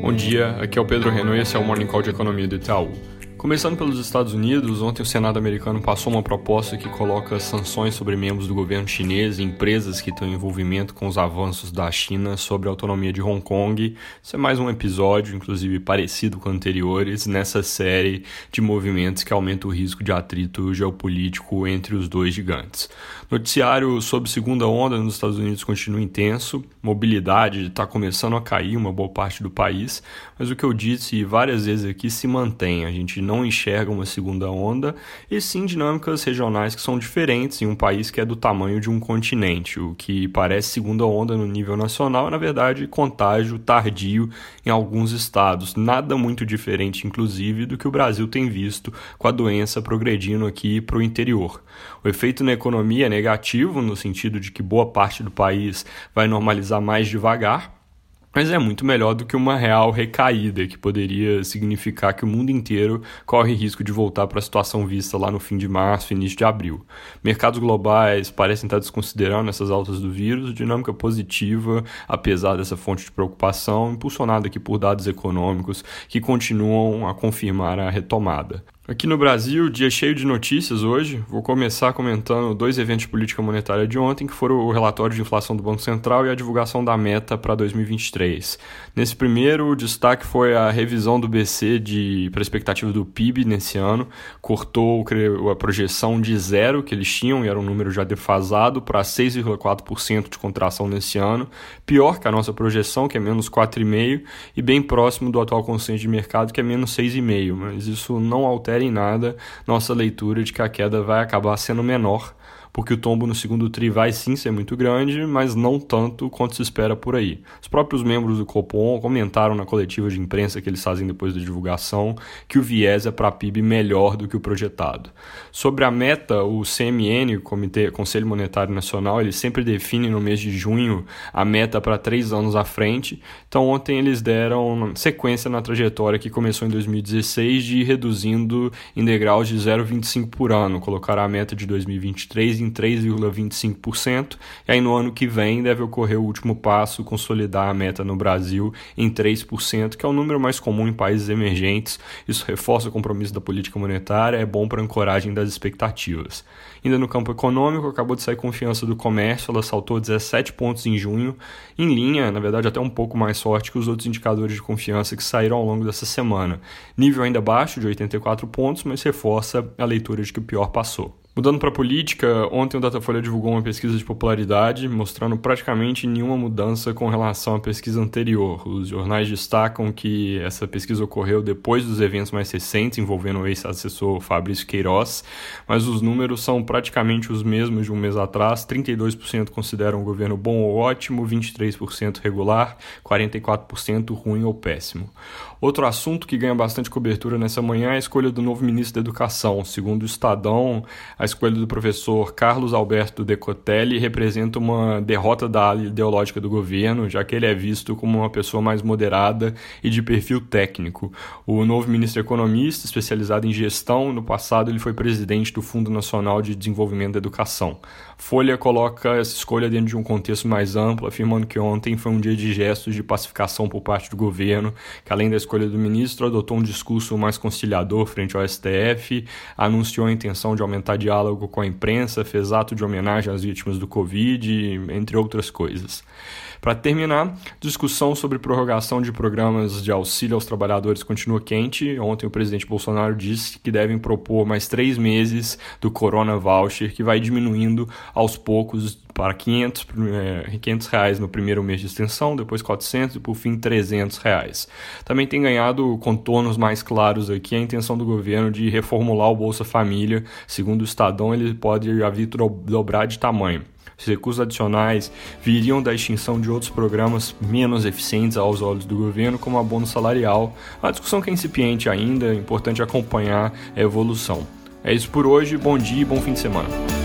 Bom dia, aqui é o Pedro Renault e esse é o Morning Call de Economia do Itaú. Começando pelos Estados Unidos, ontem o Senado americano passou uma proposta que coloca sanções sobre membros do governo chinês e empresas que têm envolvimento com os avanços da China sobre a autonomia de Hong Kong. Isso é mais um episódio, inclusive parecido com anteriores, nessa série de movimentos que aumentam o risco de atrito geopolítico entre os dois gigantes. Noticiário sobre segunda onda nos Estados Unidos continua intenso, mobilidade está começando a cair uma boa parte do país, mas o que eu disse várias vezes aqui se mantém. A gente não enxerga uma segunda onda, e sim dinâmicas regionais que são diferentes em um país que é do tamanho de um continente. O que parece segunda onda no nível nacional é, na verdade, contágio tardio em alguns estados. Nada muito diferente, inclusive, do que o Brasil tem visto com a doença progredindo aqui para o interior. O efeito na economia é negativo, no sentido de que boa parte do país vai normalizar mais devagar, mas é muito melhor do que uma real recaída, que poderia significar que o mundo inteiro corre risco de voltar para a situação vista lá no fim de março, início de abril. Mercados globais parecem estar desconsiderando essas altas do vírus, dinâmica positiva, apesar dessa fonte de preocupação, impulsionada aqui por dados econômicos que continuam a confirmar a retomada. Aqui no Brasil, dia cheio de notícias hoje. Vou começar comentando dois eventos de política monetária de ontem, que foram o relatório de inflação do Banco Central e a divulgação da meta para 2023. Nesse primeiro, o destaque foi a revisão do BC para a expectativa do PIB nesse ano. Cortou a projeção de 0 que eles tinham, e era um número já defasado, para 6,4% de contração nesse ano. Pior que a nossa projeção, que é menos 4,5%, e bem próximo do atual consenso de mercado, que é menos 6,5%. Mas isso não altera em nada nossa leitura de que a queda vai acabar sendo menor, porque o tombo no segundo TRI vai sim ser muito grande, mas não tanto quanto se espera por aí. Os próprios membros do Copom comentaram na coletiva de imprensa que eles fazem depois da divulgação que o viés é para PIB melhor do que o projetado. Sobre a meta, o CMN, Conselho Monetário Nacional, ele sempre define no mês de junho a meta para 3 anos à frente. Então ontem eles deram sequência na trajetória que começou em 2016 de ir reduzindo em degraus de 0,25 por ano, colocaram a meta de 2023 em 3,25%, e aí no ano que vem deve ocorrer o último passo, consolidar a meta no Brasil em 3%, que é o número mais comum em países emergentes. Isso reforça o compromisso da política monetária, é bom para a ancoragem das expectativas. Ainda no campo econômico, acabou de sair confiança do comércio, ela saltou 17 pontos em junho, em linha, na verdade até um pouco mais forte que os outros indicadores de confiança que saíram ao longo dessa semana. Nível ainda baixo, de 84 pontos, mas reforça a leitura de que o pior passou. Mudando para a política, ontem o Datafolha divulgou uma pesquisa de popularidade, mostrando praticamente nenhuma mudança com relação à pesquisa anterior. Os jornais destacam que essa pesquisa ocorreu depois dos eventos mais recentes, envolvendo o ex-assessor Fabrício Queiroz, mas os números são praticamente os mesmos de um mês atrás. 32% consideram o governo bom ou ótimo, 23% regular, 44% ruim ou péssimo. Outro assunto que ganha bastante cobertura nessa manhã é a escolha do novo ministro da Educação. Segundo o Estadão, a escolha do professor Carlos Alberto Decotelli representa uma derrota da ala ideológica do governo, já que ele é visto como uma pessoa mais moderada e de perfil técnico. O novo ministro é economista, especializado em gestão. No passado, ele foi presidente do Fundo Nacional de Desenvolvimento da Educação. Folha coloca essa escolha dentro de um contexto mais amplo, afirmando que ontem foi um dia de gestos de pacificação por parte do governo, que além da escolha do ministro, adotou um discurso mais conciliador frente ao STF, anunciou a intenção de aumentar diálogo com a imprensa, fez ato de homenagem às vítimas do Covid, entre outras coisas. Para terminar, discussão sobre prorrogação de programas de auxílio aos trabalhadores continua quente. Ontem o presidente Bolsonaro disse que devem propor mais 3 meses do Corona Voucher, que vai diminuindo aos poucos para R$500 no primeiro mês de extensão, depois 400 e por fim R$300. Também tem ganhado contornos mais claros aqui a intenção do governo de reformular o Bolsa Família. Segundo o Estadão, ele pode vir dobrar de tamanho. Os recursos adicionais viriam da extinção de outros programas menos eficientes aos olhos do governo, como o abono salarial. A discussão que é incipiente ainda, é importante acompanhar a evolução. É isso por hoje, bom dia e bom fim de semana.